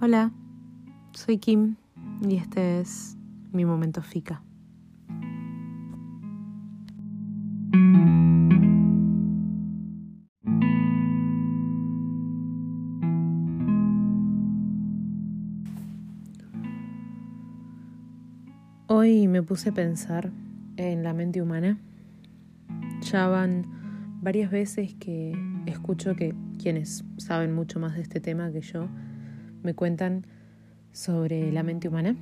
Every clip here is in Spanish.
Hola, soy Kim y este es mi momento Fika. Hoy me puse a pensar en la mente humana. Ya van varias veces que escucho que quienes saben mucho más de este tema que yo me cuentan sobre la mente humana,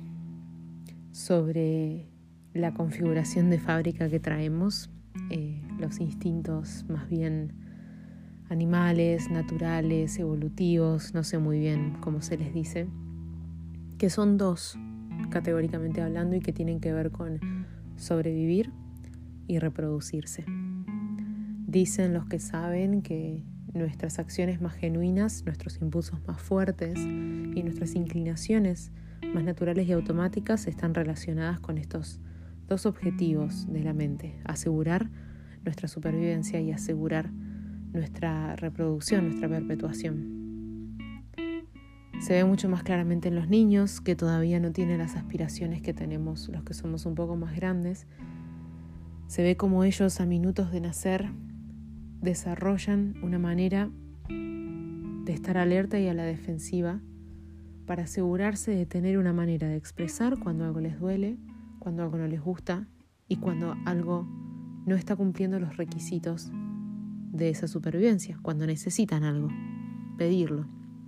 sobre la configuración de fábrica que traemos, los instintos más bien animales, naturales, evolutivos, no sé muy bien cómo se les dice, que son dos, categóricamente hablando, y que tienen que ver con sobrevivir y reproducirse. Dicen los que saben que nuestras acciones más genuinas, nuestros impulsos más fuertes y nuestras inclinaciones más naturales y automáticas están relacionadas con estos dos objetivos de la mente: asegurar nuestra supervivencia y asegurar nuestra reproducción, nuestra perpetuación. Se ve mucho más claramente en los niños, que todavía no tienen las aspiraciones que tenemos los que somos un poco más grandes. Se ve como ellos, a minutos de nacer, desarrollan una manera de estar alerta y a la defensiva para asegurarse de tener una manera de expresar cuando algo les duele, cuando algo no les gusta y cuando algo no está cumpliendo los requisitos de esa supervivencia, cuando necesitan algo, pedirlo.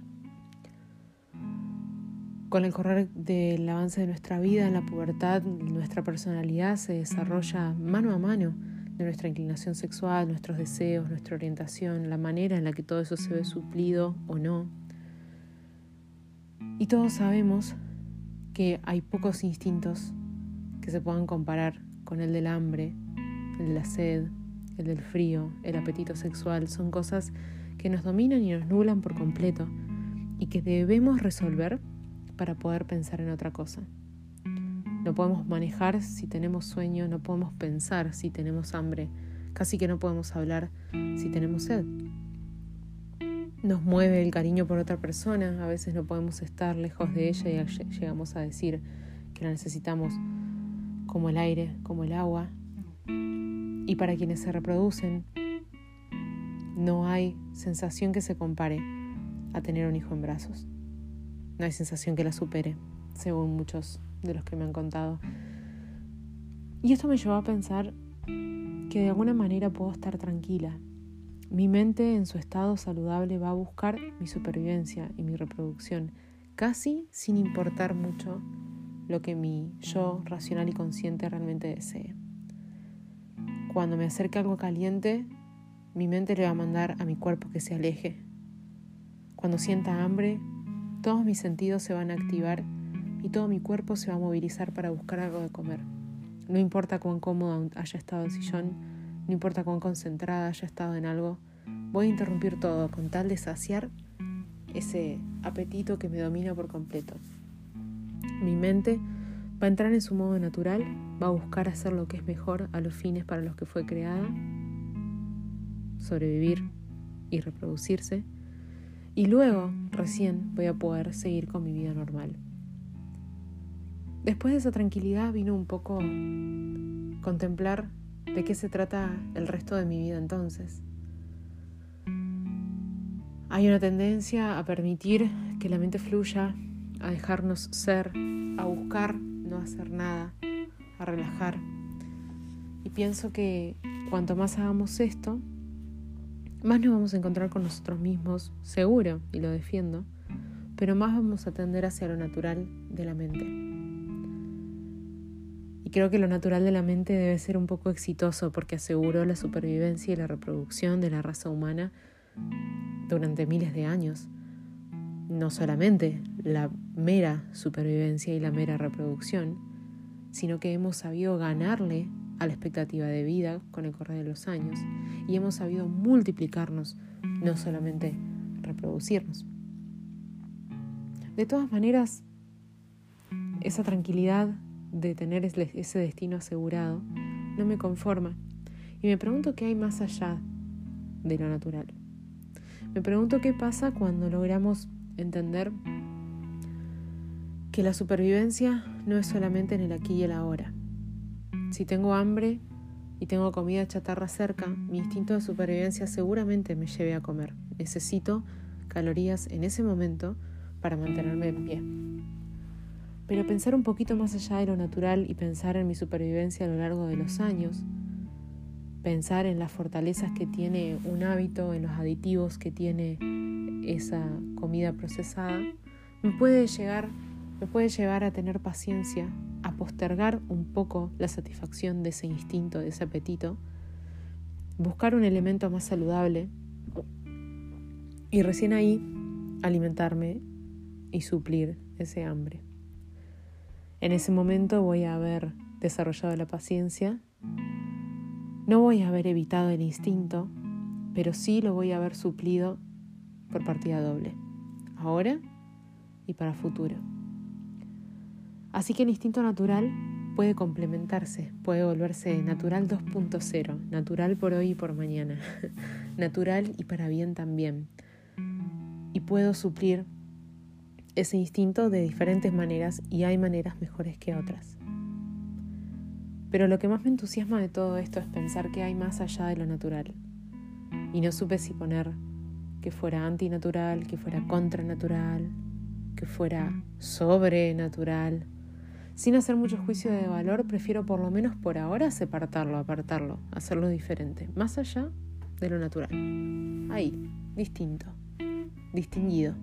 Con el correr del avance de nuestra vida, en la pubertad, nuestra personalidad se desarrolla mano a mano de nuestra inclinación sexual, nuestros deseos, nuestra orientación, la manera en la que todo eso se ve suplido o no. Y todos sabemos que hay pocos instintos que se puedan comparar con el del hambre, el de la sed, el del frío, el apetito sexual. Son cosas que nos dominan y nos nublan por completo y que debemos resolver para poder pensar en otra cosa. No podemos manejar si tenemos sueño, no podemos pensar si tenemos hambre, casi que no podemos hablar si tenemos sed. Nos mueve el cariño por otra persona, a veces no podemos estar lejos de ella y llegamos a decir que la necesitamos como el aire, como el agua. Y para quienes se reproducen, no hay sensación que se compare a tener un hijo en brazos. No hay sensación que la supere, según muchos de los que me han contado. Y esto me llevó a pensar que de alguna manera puedo estar tranquila. Mi mente, en su estado saludable, va a buscar mi supervivencia y mi reproducción, casi sin importar mucho lo que mi yo racional y consciente realmente desee. Cuando me acerque algo caliente, mi mente le va a mandar a mi cuerpo que se aleje. Cuando sienta hambre, todos mis sentidos se van a activar y todo mi cuerpo se va a movilizar para buscar algo de comer. No importa cuán cómodo haya estado el sillón, no importa cuán concentrada haya estado en algo, voy a interrumpir todo con tal de saciar ese apetito que me domina por completo. Mi mente va a entrar en su modo natural, va a buscar hacer lo que es mejor a los fines para los que fue creada, sobrevivir y reproducirse, y luego recién voy a poder seguir con mi vida normal. Después de esa tranquilidad vino un poco contemplar de qué se trata el resto de mi vida entonces. Hay una tendencia a permitir que la mente fluya, a dejarnos ser, a buscar no hacer nada, a relajar. Y pienso que cuanto más hagamos esto, más nos vamos a encontrar con nosotros mismos, seguro, y lo defiendo, pero más vamos a tender hacia lo natural de la mente. Y creo que lo natural de la mente debe ser un poco exitoso porque aseguró la supervivencia y la reproducción de la raza humana durante miles de años. No solamente la mera supervivencia y la mera reproducción, sino que hemos sabido ganarle a la expectativa de vida con el correr de los años y hemos sabido multiplicarnos, no solamente reproducirnos. De todas maneras, esa tranquilidad de tener ese destino asegurado no me conforma y me pregunto qué hay más allá de lo natural. Me pregunto qué pasa cuando logramos entender que la supervivencia no es solamente en el aquí y el ahora. Si tengo hambre y tengo comida chatarra cerca, mi instinto de supervivencia seguramente me lleve a comer. Necesito calorías en ese momento para mantenerme en pie. Pero pensar un poquito más allá de lo natural y pensar en mi supervivencia a lo largo de los años, pensar en las fortalezas que tiene un hábito, en los aditivos que tiene esa comida procesada, me puede llevar a tener paciencia, a postergar un poco la satisfacción de ese instinto, de ese apetito, buscar un elemento más saludable y recién ahí alimentarme y suplir ese hambre. En ese momento voy a haber desarrollado la paciencia, no voy a haber evitado el instinto, pero sí lo voy a haber suplido por partida doble, ahora y para futuro. Así que el instinto natural puede complementarse, puede volverse natural 2.0, natural por hoy y por mañana, natural y para bien también. Y puedo suplir ese instinto de diferentes maneras y hay maneras mejores que otras. Pero lo que más me entusiasma de todo esto es pensar que hay más allá de lo natural. Y no supe si poner que fuera antinatural, que fuera contranatural, que fuera sobrenatural. Sin hacer mucho juicio de valor, prefiero por lo menos por ahora apartarlo, hacerlo diferente, más allá de lo natural. Ahí, distinto, distinguido.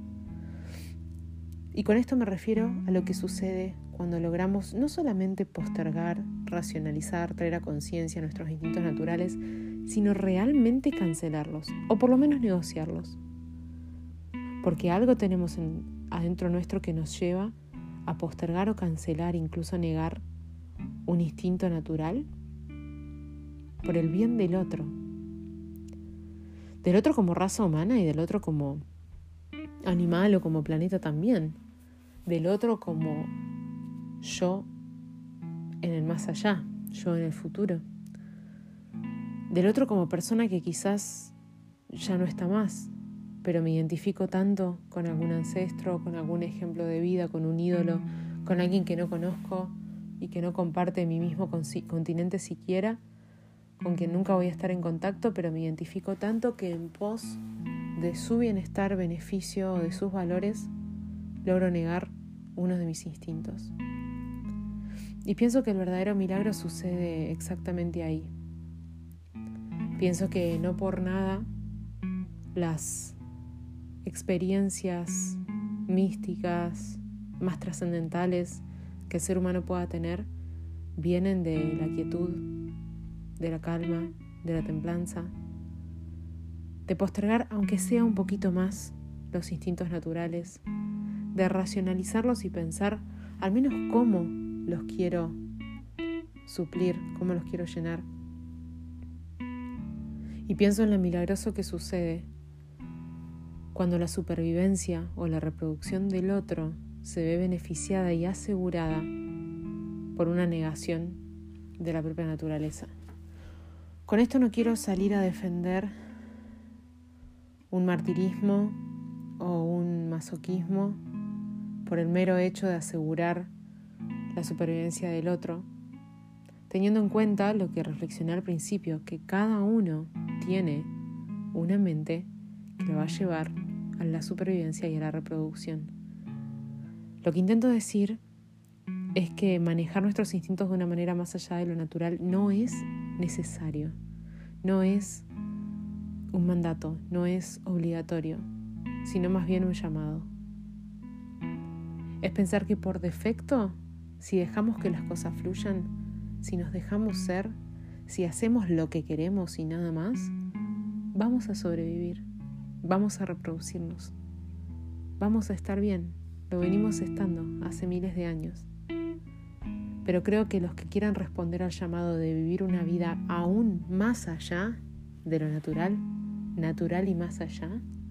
Y con esto me refiero a lo que sucede cuando logramos no solamente postergar, racionalizar, traer a conciencia nuestros instintos naturales, sino realmente cancelarlos, o por lo menos negociarlos. Porque algo tenemos adentro nuestro que nos lleva a postergar o cancelar, incluso negar un instinto natural por el bien del otro. Del otro como raza humana y del otro como animal o como planeta también. Del otro como yo en el más allá, yo en el futuro. Del otro como persona que quizás ya no está más, pero me identifico tanto con algún ancestro, con algún ejemplo de vida, con un ídolo, con alguien que no conozco y que no comparte mi mismo continente siquiera, con quien nunca voy a estar en contacto, pero me identifico tanto que en pos de su bienestar, beneficio o de sus valores, logro negar uno de mis instintos. Y pienso que el verdadero milagro sucede exactamente ahí. Pienso que no por nada las experiencias místicas más trascendentales que el ser humano pueda tener vienen de la quietud, de la calma, de la templanza, de postergar aunque sea un poquito más los instintos naturales, de racionalizarlos y pensar al menos cómo los quiero suplir, cómo los quiero llenar. Y pienso en lo milagroso que sucede cuando la supervivencia o la reproducción del otro se ve beneficiada y asegurada por una negación de la propia naturaleza. Con esto no quiero salir a defender un martirismo o un masoquismo por el mero hecho de asegurar la supervivencia del otro, teniendo en cuenta lo que reflexioné al principio, que cada uno tiene una mente que lo va a llevar a la supervivencia y a la reproducción. Lo que intento decir es que manejar nuestros instintos de una manera más allá de lo natural no es necesario, no es un mandato, no es obligatorio, sino más bien un llamado. Es pensar que por defecto, si dejamos que las cosas fluyan, si nos dejamos ser, si hacemos lo que queremos y nada más, vamos a sobrevivir, vamos a reproducirnos, vamos a estar bien, lo venimos estando hace miles de años. Pero creo que los que quieran responder al llamado de vivir una vida aún más allá de lo natural, natural y más allá,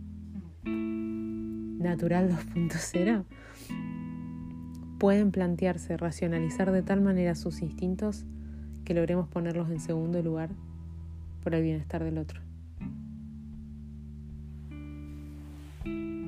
natural 2.0, pueden plantearse, racionalizar de tal manera sus instintos que logremos ponerlos en segundo lugar por el bienestar del otro.